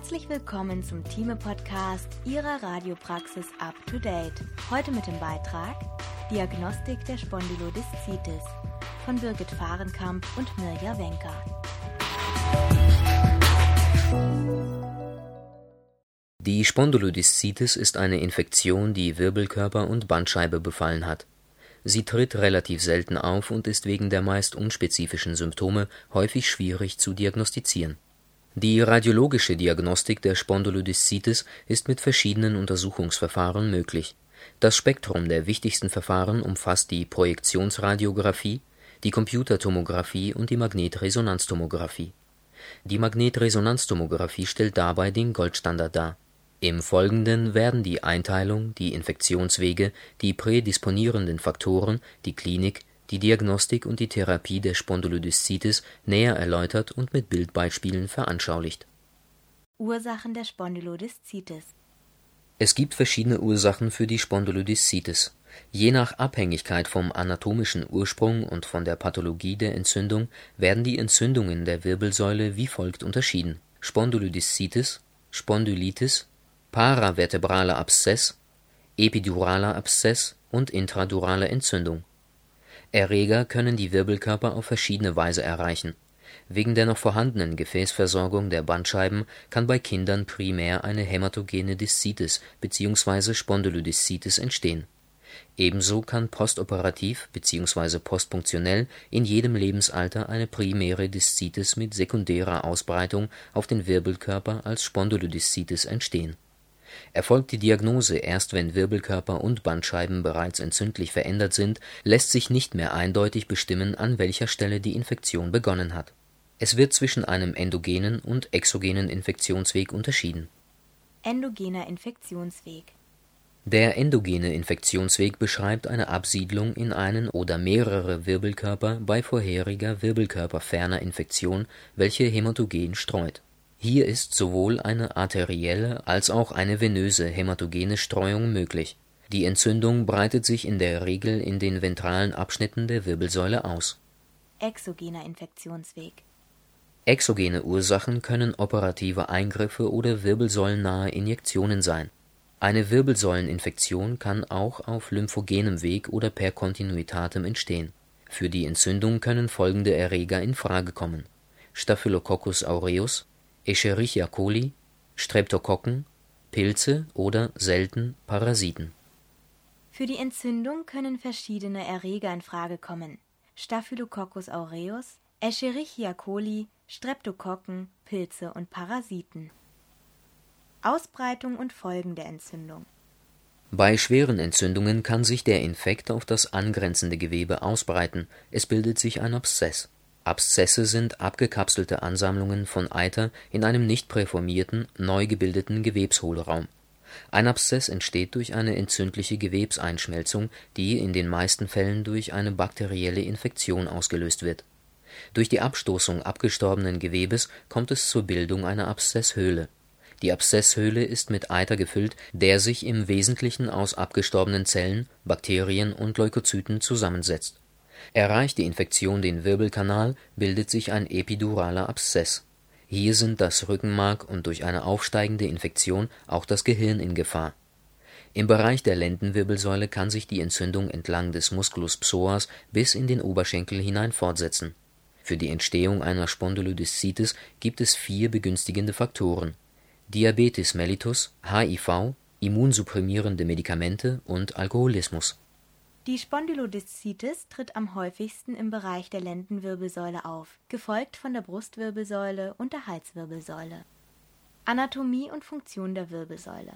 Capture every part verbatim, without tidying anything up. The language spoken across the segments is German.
Herzlich willkommen zum Thieme-Podcast Ihrer Radiopraxis Up to Date. Heute mit dem Beitrag Diagnostik der Spondylodiszitis von Birgit Fahrenkamp und Mirja Wenker. Die Spondylodiszitis ist eine Infektion, die Wirbelkörper und Bandscheibe befallen hat. Sie tritt relativ selten auf und ist wegen der meist unspezifischen Symptome häufig schwierig zu diagnostizieren. Die radiologische Diagnostik der Spondylodiszitis ist mit verschiedenen Untersuchungsverfahren möglich. Das Spektrum der wichtigsten Verfahren umfasst die Projektionsradiographie, die Computertomographie und die Magnetresonanztomographie. Die Magnetresonanztomographie stellt dabei den Goldstandard dar. Im Folgenden werden die Einteilung, die Infektionswege, die prädisponierenden Faktoren, die Klinik, die Diagnostik und die Therapie der Spondylodiszitis näher erläutert und mit Bildbeispielen veranschaulicht. Ursachen der Spondylodiszitis. Es gibt verschiedene Ursachen für die Spondylodiszitis. Je nach Abhängigkeit vom anatomischen Ursprung und von der Pathologie der Entzündung werden die Entzündungen der Wirbelsäule wie folgt unterschieden: Spondylodiszitis, Spondylitis, paravertebraler Abszess, epiduraler Abszess und intradurale Entzündung. Erreger können die Wirbelkörper auf verschiedene Weise erreichen. Wegen der noch vorhandenen Gefäßversorgung der Bandscheiben kann bei Kindern primär eine hämatogene Diszitis bzw. Spondylodiszitis entstehen. Ebenso kann postoperativ bzw. postpunktionell in jedem Lebensalter eine primäre Diszitis mit sekundärer Ausbreitung auf den Wirbelkörper als Spondylodiszitis entstehen. Erfolgt die Diagnose erst, wenn Wirbelkörper und Bandscheiben bereits entzündlich verändert sind, lässt sich nicht mehr eindeutig bestimmen, an welcher Stelle die Infektion begonnen hat. Es wird zwischen einem endogenen und exogenen Infektionsweg unterschieden. Endogener Infektionsweg. Der endogene Infektionsweg beschreibt eine Absiedlung in einen oder mehrere Wirbelkörper bei vorheriger wirbelkörperferner Infektion, welche hämatogen streut. Hier ist sowohl eine arterielle als auch eine venöse hämatogene Streuung möglich. Die Entzündung breitet sich in der Regel in den ventralen Abschnitten der Wirbelsäule aus. Exogener Infektionsweg. Exogene Ursachen können operative Eingriffe oder wirbelsäulennahe Injektionen sein. Eine Wirbelsäuleninfektion kann auch auf lymphogenem Weg oder per Kontinuitatem entstehen. Für die Entzündung können folgende Erreger in Frage kommen: Staphylococcus aureus, Escherichia coli, Streptokokken, Pilze oder selten Parasiten. Für die Entzündung können verschiedene Erreger in Frage kommen: Staphylococcus aureus, Escherichia coli, Streptokokken, Pilze und Parasiten. Ausbreitung und Folgen der Entzündung. Bei schweren Entzündungen kann sich der Infekt auf das angrenzende Gewebe ausbreiten, es bildet sich ein Abszess. Abszesse sind abgekapselte Ansammlungen von Eiter in einem nicht präformierten, neu gebildeten Gewebshohlraum. Ein Abszess entsteht durch eine entzündliche Gewebseinschmelzung, die in den meisten Fällen durch eine bakterielle Infektion ausgelöst wird. Durch die Abstoßung abgestorbenen Gewebes kommt es zur Bildung einer Abszesshöhle. Die Abszesshöhle ist mit Eiter gefüllt, der sich im Wesentlichen aus abgestorbenen Zellen, Bakterien und Leukozyten zusammensetzt. Erreicht die Infektion den Wirbelkanal, bildet sich ein epiduraler Abszess. Hier sind das Rückenmark und durch eine aufsteigende Infektion auch das Gehirn in Gefahr. Im Bereich der Lendenwirbelsäule kann sich die Entzündung entlang des Musculus psoas bis in den Oberschenkel hinein fortsetzen. Für die Entstehung einer Spondylodiszitis gibt es vier begünstigende Faktoren: Diabetes mellitus, H I V, immunsupprimierende Medikamente und Alkoholismus. Die Spondylodiszitis tritt am häufigsten im Bereich der Lendenwirbelsäule auf, gefolgt von der Brustwirbelsäule und der Halswirbelsäule. Anatomie und Funktion der Wirbelsäule.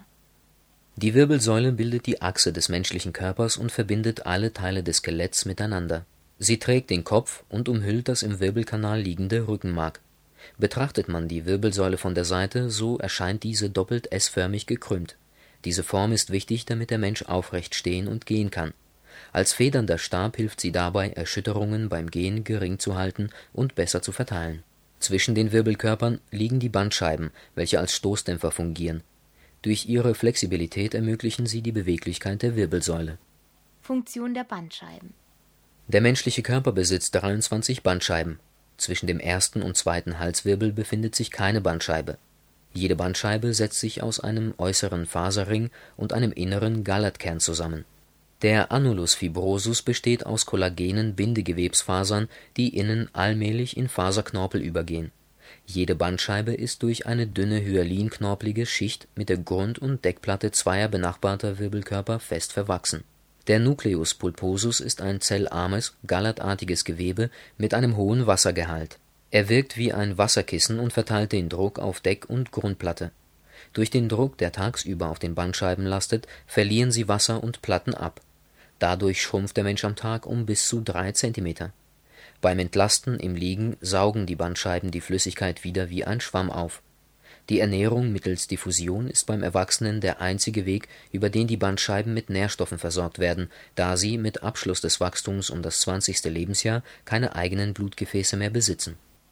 Die Wirbelsäule bildet die Achse des menschlichen Körpers und verbindet alle Teile des Skeletts miteinander. Sie trägt den Kopf und umhüllt das im Wirbelkanal liegende Rückenmark. Betrachtet man die Wirbelsäule von der Seite, so erscheint diese doppelt S-förmig gekrümmt. Diese Form ist wichtig, damit der Mensch aufrecht stehen und gehen kann. Als federnder Stab hilft sie dabei, Erschütterungen beim Gehen gering zu halten und besser zu verteilen. Zwischen den Wirbelkörpern liegen die Bandscheiben, welche als Stoßdämpfer fungieren. Durch ihre Flexibilität ermöglichen sie die Beweglichkeit der Wirbelsäule. Funktion der Bandscheiben. Der menschliche Körper besitzt dreiundzwanzig Bandscheiben. Zwischen dem ersten und zweiten Halswirbel befindet sich keine Bandscheibe. Jede Bandscheibe setzt sich aus einem äußeren Faserring und einem inneren Gallertkern zusammen. Der Annulus fibrosus besteht aus kollagenen Bindegewebsfasern, die innen allmählich in Faserknorpel übergehen. Jede Bandscheibe ist durch eine dünne hyalinknorpelige Schicht mit der Grund- und Deckplatte zweier benachbarter Wirbelkörper fest verwachsen. Der Nucleus pulposus ist ein zellarmes, gallertartiges Gewebe mit einem hohen Wassergehalt. Er wirkt wie ein Wasserkissen und verteilt den Druck auf Deck- und Grundplatte. Durch den Druck, der tagsüber auf den Bandscheiben lastet, verlieren sie Wasser und Platten ab. Dadurch schrumpft der Mensch am Tag um bis zu drei Zentimeter. Beim Entlasten im Liegen saugen die Bandscheiben die Flüssigkeit wieder wie ein Schwamm auf. Die Ernährung mittels Diffusion ist beim Erwachsenen der einzige Weg, über den die Bandscheiben mit Nährstoffen versorgt werden, da sie mit Abschluss des Wachstums um das zwanzigste Lebensjahr keine eigenen Blutgefäße mehr besitzen.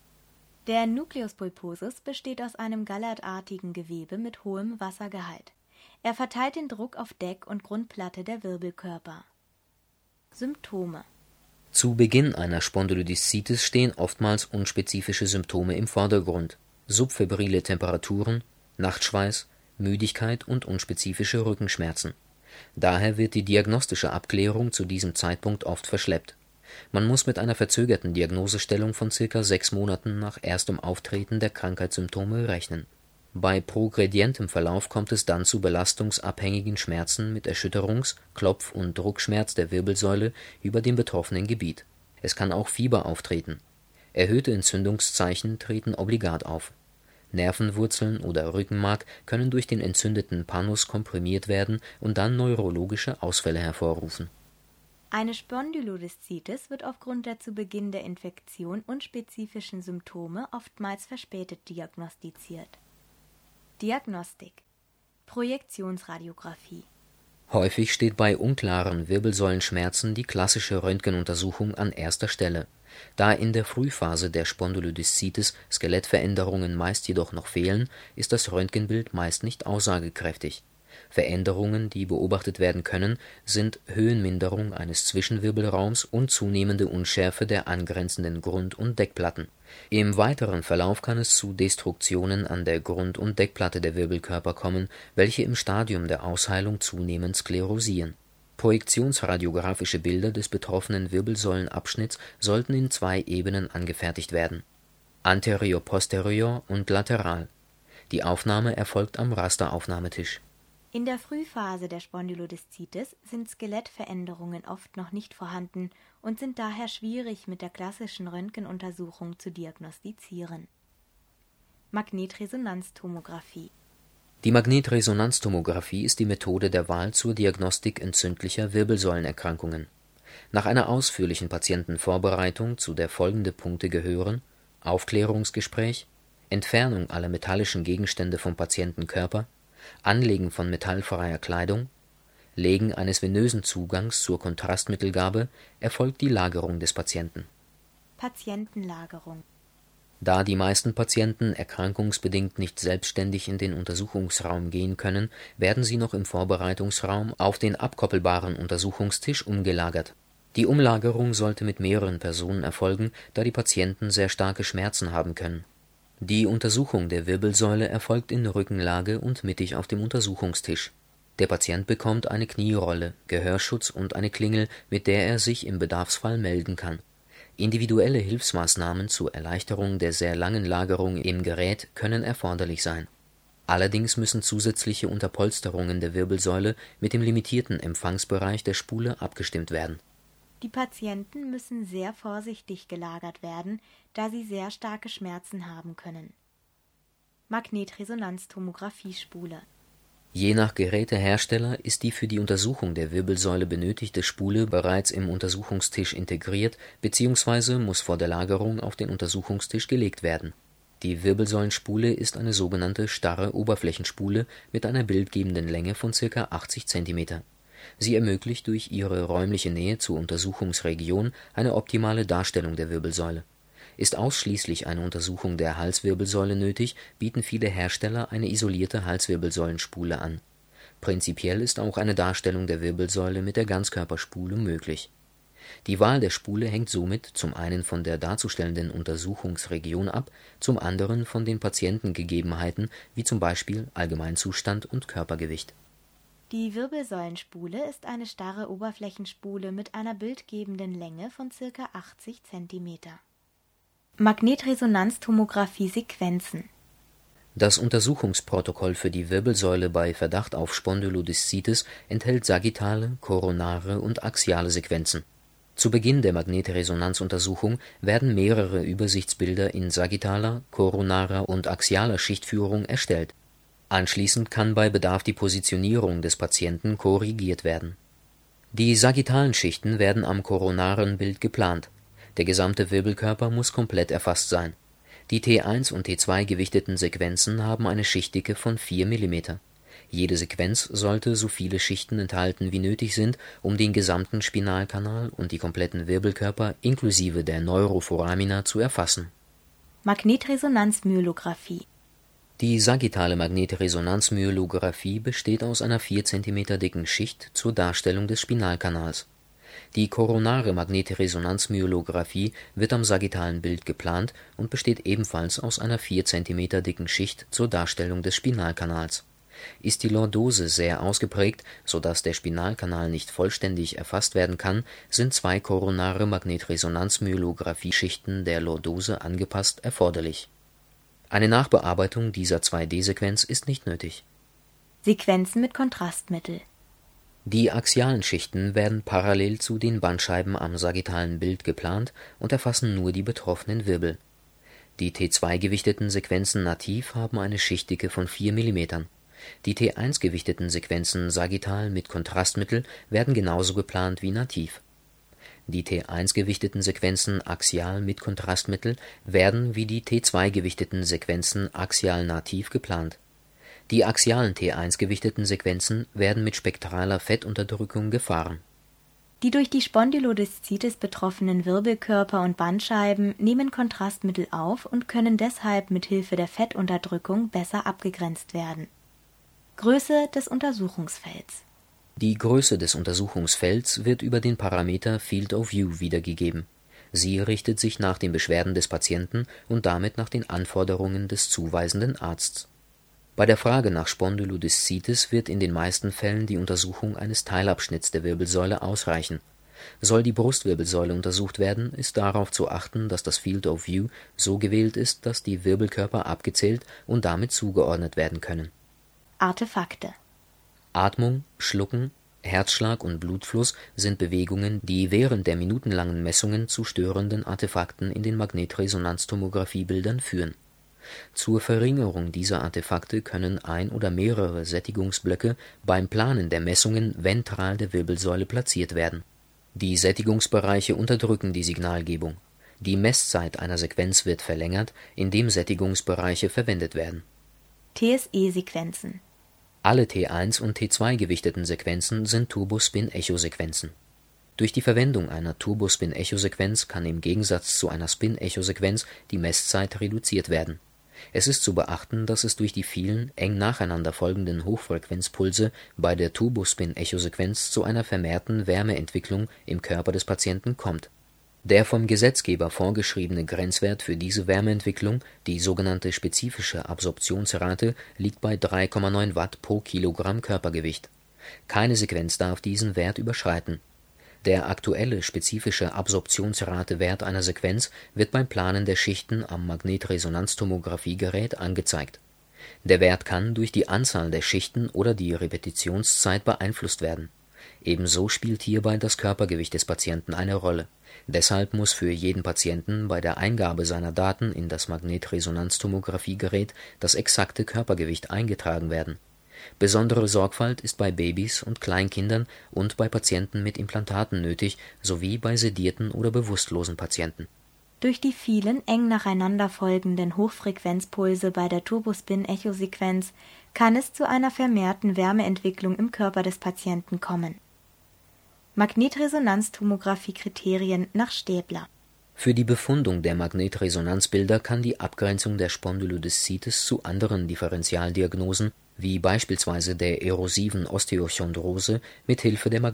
Der Nucleus pulposus besteht aus einem gallertartigen Gewebe mit hohem Wassergehalt. Er verteilt den Druck auf Deck- und Grundplatte der Wirbelkörper. Symptome: Zu Beginn einer Spondylodiszitis stehen oftmals unspezifische Symptome im Vordergrund: subfebrile Temperaturen, Nachtschweiß, Müdigkeit und unspezifische Rückenschmerzen. Daher wird die diagnostische Abklärung zu diesem Zeitpunkt oft verschleppt. Man muss mit einer verzögerten Diagnosestellung von circa sechs Monaten nach erstem Auftreten der Krankheitssymptome rechnen. Bei progredientem Verlauf kommt es dann zu belastungsabhängigen Schmerzen mit Erschütterungs-, Klopf- und Druckschmerz der Wirbelsäule über dem betroffenen Gebiet. Es kann auch Fieber auftreten. Erhöhte Entzündungszeichen treten obligat auf. Nervenwurzeln oder Rückenmark können durch den entzündeten Pannus komprimiert werden und dann neurologische Ausfälle hervorrufen. Eine Spondylodiszitis wird aufgrund der zu Beginn der Infektion unspezifischen Symptome oftmals verspätet diagnostiziert. Diagnostik: Projektionsradiographie. Häufig steht bei unklaren Wirbelsäulenschmerzen die klassische Röntgenuntersuchung an erster Stelle. Da in der Frühphase der Spondylodiszitis Skelettveränderungen meist jedoch noch fehlen, ist das Röntgenbild meist nicht aussagekräftig. Veränderungen, die beobachtet werden können, sind Höhenminderung eines Zwischenwirbelraums und zunehmende Unschärfe der angrenzenden Grund- und Deckplatten. Im weiteren Verlauf kann es zu Destruktionen an der Grund- und Deckplatte der Wirbelkörper kommen, welche im Stadium der Ausheilung zunehmend sklerosieren. Projektionsradiografische Bilder des betroffenen Wirbelsäulenabschnitts sollten in zwei Ebenen angefertigt werden: anterior-posterior und lateral. Die Aufnahme erfolgt am Rasteraufnahmetisch. In der Frühphase der Spondylodiszitis sind Skelettveränderungen oft noch nicht vorhanden und sind daher schwierig mit der klassischen Röntgenuntersuchung zu diagnostizieren. Magnetresonanztomographie. Die Magnetresonanztomographie ist die Methode der Wahl zur Diagnostik entzündlicher Wirbelsäulenerkrankungen. Nach einer ausführlichen Patientenvorbereitung, zu der folgende Punkte gehören: Aufklärungsgespräch, Entfernung aller metallischen Gegenstände vom Patientenkörper, Anlegen von metallfreier Kleidung, Legen eines venösen Zugangs zur Kontrastmittelgabe, erfolgt die Lagerung des Patienten. Patientenlagerung. Da die meisten Patienten erkrankungsbedingt nicht selbstständig in den Untersuchungsraum gehen können, werden sie noch im Vorbereitungsraum auf den abkoppelbaren Untersuchungstisch umgelagert. Die Umlagerung sollte mit mehreren Personen erfolgen, da die Patienten sehr starke Schmerzen haben können. Die Untersuchung der Wirbelsäule erfolgt in Rückenlage und mittig auf dem Untersuchungstisch. Der Patient bekommt eine Knierolle, Gehörschutz und eine Klingel, mit der er sich im Bedarfsfall melden kann. Individuelle Hilfsmaßnahmen zur Erleichterung der sehr langen Lagerung im Gerät können erforderlich sein. Allerdings müssen zusätzliche Unterpolsterungen der Wirbelsäule mit dem limitierten Empfangsbereich der Spule abgestimmt werden. Die Patienten müssen sehr vorsichtig gelagert werden, da sie sehr starke Schmerzen haben können. Magnetresonanztomographie-Spule. Je nach Gerätehersteller ist die für die Untersuchung der Wirbelsäule benötigte Spule bereits im Untersuchungstisch integriert bzw. muss vor der Lagerung auf den Untersuchungstisch gelegt werden. Die Wirbelsäulenspule ist eine sogenannte starre Oberflächenspule mit einer bildgebenden Länge von ca. achtzig Zentimeter. Sie ermöglicht durch ihre räumliche Nähe zur Untersuchungsregion eine optimale Darstellung der Wirbelsäule. Ist ausschließlich eine Untersuchung der Halswirbelsäule nötig, bieten viele Hersteller eine isolierte Halswirbelsäulenspule an. Prinzipiell ist auch eine Darstellung der Wirbelsäule mit der Ganzkörperspule möglich. Die Wahl der Spule hängt somit zum einen von der darzustellenden Untersuchungsregion ab, zum anderen von den Patientengegebenheiten wie zum Beispiel Allgemeinzustand und Körpergewicht. Die Wirbelsäulenspule ist eine starre Oberflächenspule mit einer bildgebenden Länge von ca. achtzig Zentimeter. Magnetresonanztomographie-Sequenzen. Das Untersuchungsprotokoll für die Wirbelsäule bei Verdacht auf Spondylodiszitis enthält sagittale, koronare und axiale Sequenzen. Zu Beginn der Magnetresonanzuntersuchung werden mehrere Übersichtsbilder in sagittaler, koronarer und axialer Schichtführung erstellt. Anschließend kann bei Bedarf die Positionierung des Patienten korrigiert werden. Die sagittalen Schichten werden am koronaren Bild geplant. Der gesamte Wirbelkörper muss komplett erfasst sein. Die T eins und T zwei gewichteten Sequenzen haben eine Schichtdicke von vier Millimeter. Jede Sequenz sollte so viele Schichten enthalten, wie nötig sind, um den gesamten Spinalkanal und die kompletten Wirbelkörper inklusive der Neuroforamina zu erfassen. Magnetresonanzmyelographie. Die sagittale Magnetresonanzmyelographie besteht aus einer vier Zentimeter dicken Schicht zur Darstellung des Spinalkanals. Die koronare Magnetresonanzmyelographie wird am sagittalen Bild geplant und besteht ebenfalls aus einer vier Zentimeter dicken Schicht zur Darstellung des Spinalkanals. Ist die Lordose sehr ausgeprägt, so dass der Spinalkanal nicht vollständig erfasst werden kann, sind zwei koronare Magnetresonanzmyelographie-Schichten der Lordose angepasst erforderlich. Eine Nachbearbeitung dieser zwei D-Sequenz ist nicht nötig. Sequenzen mit Kontrastmittel. Die axialen Schichten werden parallel zu den Bandscheiben am sagittalen Bild geplant und erfassen nur die betroffenen Wirbel. Die T zwei gewichteten Sequenzen nativ haben eine Schichtdicke von vier Millimeter. Die T eins gewichteten Sequenzen sagittal mit Kontrastmittel werden genauso geplant wie nativ. Die T eins gewichteten Sequenzen axial mit Kontrastmittel werden wie die T zwei gewichteten Sequenzen axial nativ geplant. Die axialen T eins gewichteten Sequenzen werden mit spektraler Fettunterdrückung gefahren. Die durch die Spondylodiszitis betroffenen Wirbelkörper und Bandscheiben nehmen Kontrastmittel auf und können deshalb mit Hilfe der Fettunterdrückung besser abgegrenzt werden. Größe des Untersuchungsfelds. Die Größe des Untersuchungsfelds wird über den Parameter Field of View wiedergegeben. Sie richtet sich nach den Beschwerden des Patienten und damit nach den Anforderungen des zuweisenden Arztes. Bei der Frage nach Spondylodiszitis wird in den meisten Fällen die Untersuchung eines Teilabschnitts der Wirbelsäule ausreichen. Soll die Brustwirbelsäule untersucht werden, ist darauf zu achten, dass das Field of View so gewählt ist, dass die Wirbelkörper abgezählt und damit zugeordnet werden können. Artefakte. Atmung, Schlucken, Herzschlag und Blutfluss sind Bewegungen, die während der minutenlangen Messungen zu störenden Artefakten in den Magnetresonanztomografiebildern führen. Zur Verringerung dieser Artefakte können ein oder mehrere Sättigungsblöcke beim Planen der Messungen ventral der Wirbelsäule platziert werden. Die Sättigungsbereiche unterdrücken die Signalgebung. Die Messzeit einer Sequenz wird verlängert, indem Sättigungsbereiche verwendet werden. T S E-Sequenzen. Alle T eins und T zwei gewichteten Sequenzen sind Turbospin-Echo-Sequenzen. Durch die Verwendung einer Turbospin-Echo-Sequenz kann im Gegensatz zu einer Spin-Echo-Sequenz die Messzeit reduziert werden. Es ist zu beachten, dass es durch die vielen, eng nacheinander folgenden Hochfrequenzpulse bei der Turbospin-Echo-Sequenz zu einer vermehrten Wärmeentwicklung im Körper des Patienten kommt. Der vom Gesetzgeber vorgeschriebene Grenzwert für diese Wärmeentwicklung, die sogenannte spezifische Absorptionsrate, liegt bei drei Komma neun Watt pro Kilogramm Körpergewicht. Keine Sequenz darf diesen Wert überschreiten. Der aktuelle spezifische Absorptionsratewert einer Sequenz wird beim Planen der Schichten am Magnetresonanztomographiegerät angezeigt. Der Wert kann durch die Anzahl der Schichten oder die Repetitionszeit beeinflusst werden. Ebenso spielt hierbei das Körpergewicht des Patienten eine Rolle. Deshalb muss für jeden Patienten bei der Eingabe seiner Daten in das Magnetresonanztomographiegerät das exakte Körpergewicht eingetragen werden. Besondere Sorgfalt ist bei Babys und Kleinkindern und bei Patienten mit Implantaten nötig, sowie bei sedierten oder bewusstlosen Patienten. Durch die vielen eng nacheinander folgenden Hochfrequenzpulse bei der Turbospin-Echo-Sequenz kann es zu einer vermehrten Wärmeentwicklung im Körper des Patienten kommen. Magnetresonanztomographie-Kriterien nach Stäbler. Für die Befundung der Magnetresonanzbilder kann die Abgrenzung der Spondylodiszitis zu anderen Differentialdiagnosen wie beispielsweise der erosiven Osteochondrose, mit Hilfe der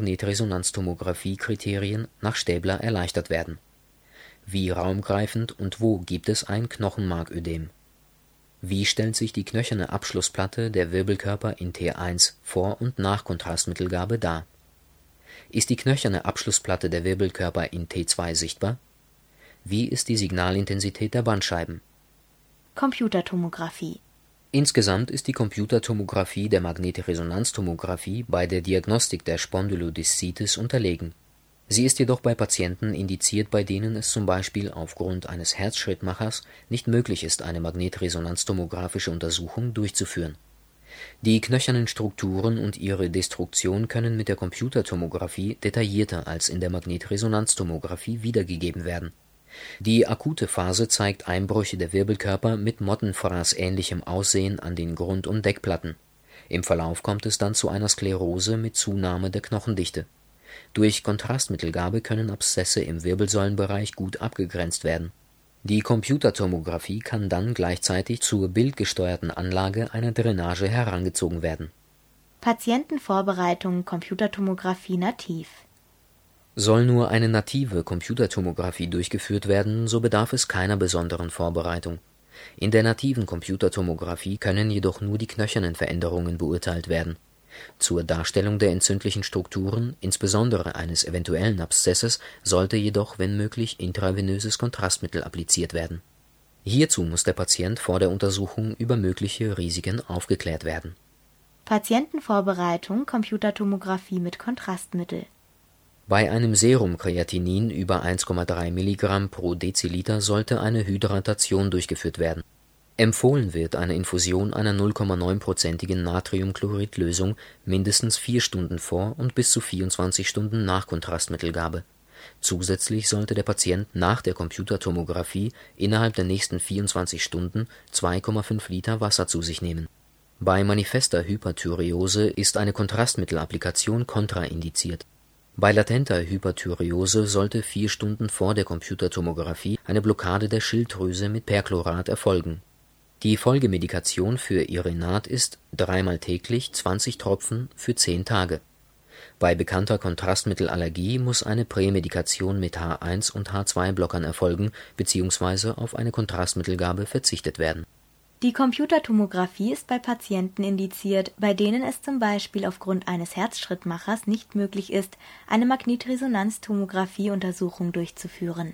Magnetresonanztomographie-Kriterien nach Stäbler erleichtert werden. Wie raumgreifend und wo gibt es ein Knochenmarködem? Wie stellt sich die knöcherne Abschlussplatte der Wirbelkörper in T eins vor und nach Kontrastmittelgabe dar? Ist die knöcherne Abschlussplatte der Wirbelkörper in T zwei sichtbar? Wie ist die Signalintensität der Bandscheiben? Computertomographie. Insgesamt ist die Computertomographie der Magnetresonanztomographie bei der Diagnostik der Spondylodiszitis unterlegen. Sie ist jedoch bei Patienten indiziert, bei denen es zum Beispiel aufgrund eines Herzschrittmachers nicht möglich ist, eine magnetresonanztomographische Untersuchung durchzuführen. Die knöchernen Strukturen und ihre Destruktion können mit der Computertomographie detaillierter als in der Magnetresonanztomographie wiedergegeben werden. Die akute Phase zeigt Einbrüche der Wirbelkörper mit Mottenfraß-ähnlichem Aussehen an den Grund- und Deckplatten. Im Verlauf kommt es dann zu einer Sklerose mit Zunahme der Knochendichte. Durch Kontrastmittelgabe können Abszesse im Wirbelsäulenbereich gut abgegrenzt werden. Die Computertomographie kann dann gleichzeitig zur bildgesteuerten Anlage einer Drainage herangezogen werden. Patientenvorbereitung Computertomographie nativ. Soll nur eine native Computertomographie durchgeführt werden, so bedarf es keiner besonderen Vorbereitung. In der nativen Computertomographie können jedoch nur die knöchernen Veränderungen beurteilt werden. Zur Darstellung der entzündlichen Strukturen, insbesondere eines eventuellen Abszesses, sollte jedoch, wenn möglich, intravenöses Kontrastmittel appliziert werden. Hierzu muss der Patient vor der Untersuchung über mögliche Risiken aufgeklärt werden. Patientenvorbereitung Computertomographie mit Kontrastmittel. Bei einem Serumkreatinin über eins Komma drei Milligramm pro Deziliter sollte eine Hydratation durchgeführt werden. Empfohlen wird eine Infusion einer null Komma neun-prozentigen Natriumchlorid-Lösung mindestens vier Stunden vor und bis zu vierundzwanzig Stunden nach Kontrastmittelgabe. Zusätzlich sollte der Patient nach der Computertomographie innerhalb der nächsten vierundzwanzig Stunden zwei Komma fünf Liter Wasser zu sich nehmen. Bei manifester Hyperthyreose ist eine Kontrastmittelapplikation kontraindiziert. Bei latenter Hyperthyreose sollte vier Stunden vor der Computertomographie eine Blockade der Schilddrüse mit Perchlorat erfolgen. Die Folgemedikation für Irinat ist dreimal täglich zwanzig Tropfen für zehn Tage. Bei bekannter Kontrastmittelallergie muss eine Prämedikation mit H eins und H zwei Blockern erfolgen bzw. auf eine Kontrastmittelgabe verzichtet werden. Die Computertomographie ist bei Patienten indiziert, bei denen es zum Beispiel aufgrund eines Herzschrittmachers nicht möglich ist, eine Magnetresonanztomographie-Untersuchung durchzuführen.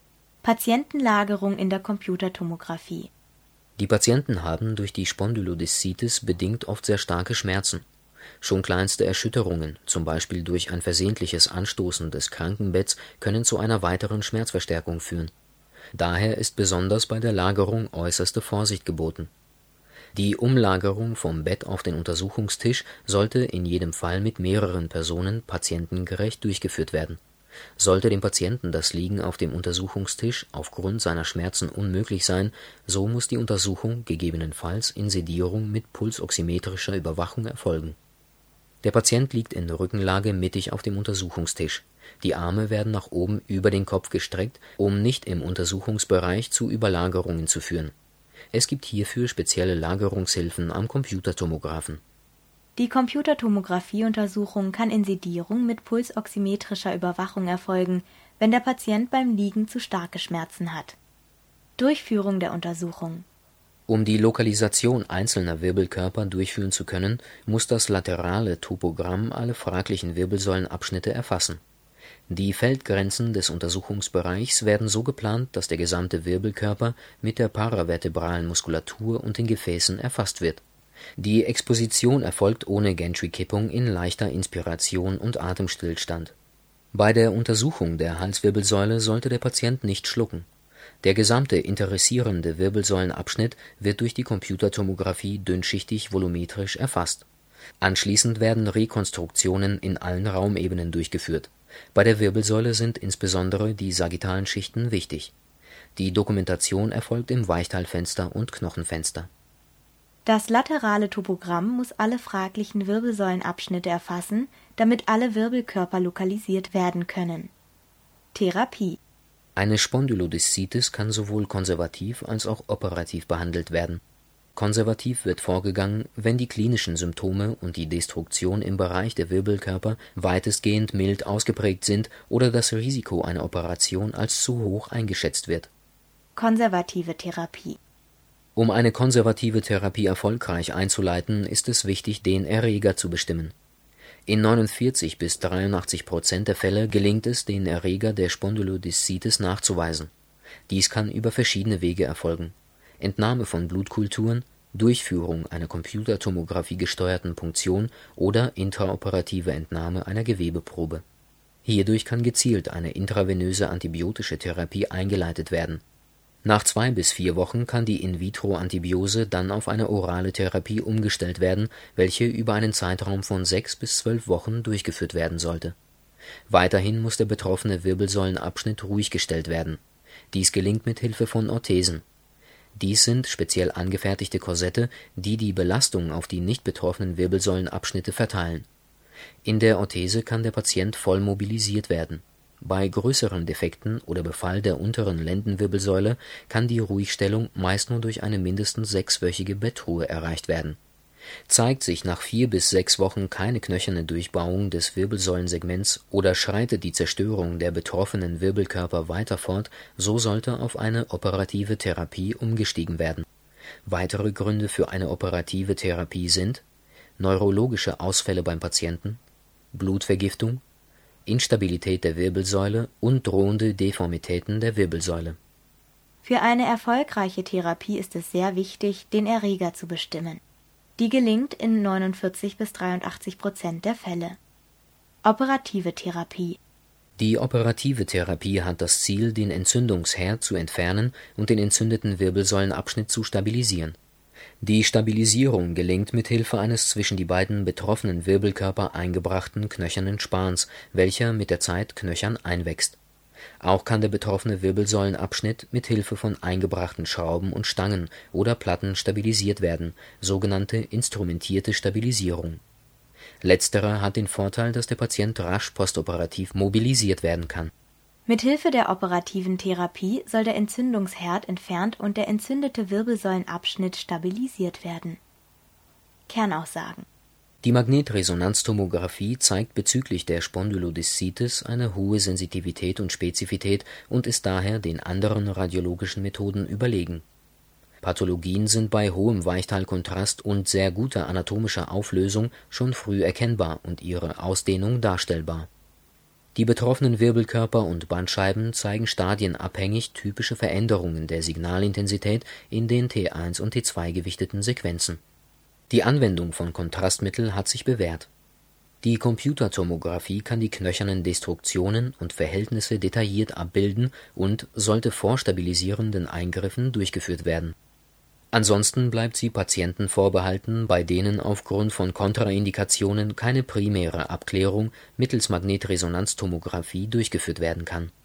Patientenlagerung in der Computertomographie. Die Patienten haben durch die Spondylodiszitis bedingt oft sehr starke Schmerzen. Schon kleinste Erschütterungen, zum Beispiel durch ein versehentliches Anstoßen des Krankenbetts, können zu einer weiteren Schmerzverstärkung führen. Daher ist besonders bei der Lagerung äußerste Vorsicht geboten. Die Umlagerung vom Bett auf den Untersuchungstisch sollte in jedem Fall mit mehreren Personen patientengerecht durchgeführt werden. Sollte dem Patienten das Liegen auf dem Untersuchungstisch aufgrund seiner Schmerzen unmöglich sein, so muss die Untersuchung gegebenenfalls in Sedierung mit pulsoximetrischer Überwachung erfolgen. Der Patient liegt in Rückenlage mittig auf dem Untersuchungstisch. Die Arme werden nach oben über den Kopf gestreckt, um nicht im Untersuchungsbereich zu Überlagerungen zu führen. Es gibt hierfür spezielle Lagerungshilfen am Computertomographen. Die Computertomographie-Untersuchung kann in Sedierung mit pulsoximetrischer Überwachung erfolgen, wenn der Patient beim Liegen zu starke Schmerzen hat. Durchführung der Untersuchung. Um die Lokalisation einzelner Wirbelkörper durchführen zu können, muss das laterale Topogramm alle fraglichen Wirbelsäulenabschnitte erfassen. Die Feldgrenzen des Untersuchungsbereichs werden so geplant, dass der gesamte Wirbelkörper mit der paravertebralen Muskulatur und den Gefäßen erfasst wird. Die Exposition erfolgt ohne Gentry-Kippung in leichter Inspiration und Atemstillstand. Bei der Untersuchung der Halswirbelsäule sollte der Patient nicht schlucken. Der gesamte interessierende Wirbelsäulenabschnitt wird durch die Computertomographie dünnschichtig volumetrisch erfasst. Anschließend werden Rekonstruktionen in allen Raumebenen durchgeführt. Bei der Wirbelsäule sind insbesondere die sagittalen Schichten wichtig. Die Dokumentation erfolgt im Weichteilfenster und Knochenfenster. Das laterale Topogramm muss alle fraglichen Wirbelsäulenabschnitte erfassen, damit alle Wirbelkörper lokalisiert werden können. Therapie. Eine Spondylodiszitis kann sowohl konservativ als auch operativ behandelt werden. Konservativ wird vorgegangen, wenn die klinischen Symptome und die Destruktion im Bereich der Wirbelkörper weitestgehend mild ausgeprägt sind oder das Risiko einer Operation als zu hoch eingeschätzt wird. Konservative Therapie. Um eine konservative Therapie erfolgreich einzuleiten, ist es wichtig, den Erreger zu bestimmen. In neunundvierzig bis dreiundachtzig Prozent der Fälle gelingt es, den Erreger der Spondylodiszitis nachzuweisen. Dies kann über verschiedene Wege erfolgen: Entnahme von Blutkulturen, Durchführung einer Computertomographie-gesteuerten Punktion oder intraoperative Entnahme einer Gewebeprobe. Hierdurch kann gezielt eine intravenöse antibiotische Therapie eingeleitet werden. Nach zwei bis vier Wochen kann die In-vitro-Antibiose dann auf eine orale Therapie umgestellt werden, welche über einen Zeitraum von sechs bis zwölf Wochen durchgeführt werden sollte. Weiterhin muss der betroffene Wirbelsäulenabschnitt ruhig gestellt werden. Dies gelingt mit Hilfe von Orthesen. Dies sind speziell angefertigte Korsette, die die Belastung auf die nicht betroffenen Wirbelsäulenabschnitte verteilen. In der Orthese kann der Patient voll mobilisiert werden. Bei größeren Defekten oder Befall der unteren Lendenwirbelsäule kann die Ruhigstellung meist nur durch eine mindestens sechswöchige Bettruhe erreicht werden. Zeigt sich nach vier bis sechs Wochen keine knöcherne Durchbauung des Wirbelsäulensegments oder schreitet die Zerstörung der betroffenen Wirbelkörper weiter fort, so sollte auf eine operative Therapie umgestiegen werden. Weitere Gründe für eine operative Therapie sind neurologische Ausfälle beim Patienten, Blutvergiftung, Instabilität der Wirbelsäule und drohende Deformitäten der Wirbelsäule. Für eine erfolgreiche Therapie ist es sehr wichtig, den Erreger zu bestimmen. Die gelingt in neunundvierzig bis dreiundachtzig Prozent der Fälle. Operative Therapie. Die operative Therapie hat das Ziel, den Entzündungsherd zu entfernen und den entzündeten Wirbelsäulenabschnitt zu stabilisieren. Die Stabilisierung gelingt mit Hilfe eines zwischen die beiden betroffenen Wirbelkörper eingebrachten knöchernen Spans, welcher mit der Zeit knöchern einwächst. Auch kann der betroffene Wirbelsäulenabschnitt mit Hilfe von eingebrachten Schrauben und Stangen oder Platten stabilisiert werden, sogenannte instrumentierte Stabilisierung. Letzterer hat den Vorteil, dass der Patient rasch postoperativ mobilisiert werden kann. Mithilfe der operativen Therapie soll der Entzündungsherd entfernt und der entzündete Wirbelsäulenabschnitt stabilisiert werden. Kernaussagen. Die Magnetresonanztomographie zeigt bezüglich der Spondylodiszitis eine hohe Sensitivität und Spezifität und ist daher den anderen radiologischen Methoden überlegen. Pathologien sind bei hohem Weichteilkontrast und sehr guter anatomischer Auflösung schon früh erkennbar und ihre Ausdehnung darstellbar. Die betroffenen Wirbelkörper und Bandscheiben zeigen stadienabhängig typische Veränderungen der Signalintensität in den T eins und T zwei gewichteten Sequenzen. Die Anwendung von Kontrastmittel hat sich bewährt. Die Computertomographie kann die knöchernen Destruktionen und Verhältnisse detailliert abbilden und sollte vor stabilisierenden Eingriffen durchgeführt werden. Ansonsten bleibt sie Patienten vorbehalten, bei denen aufgrund von Kontraindikationen keine primäre Abklärung mittels Magnetresonanztomographie durchgeführt werden kann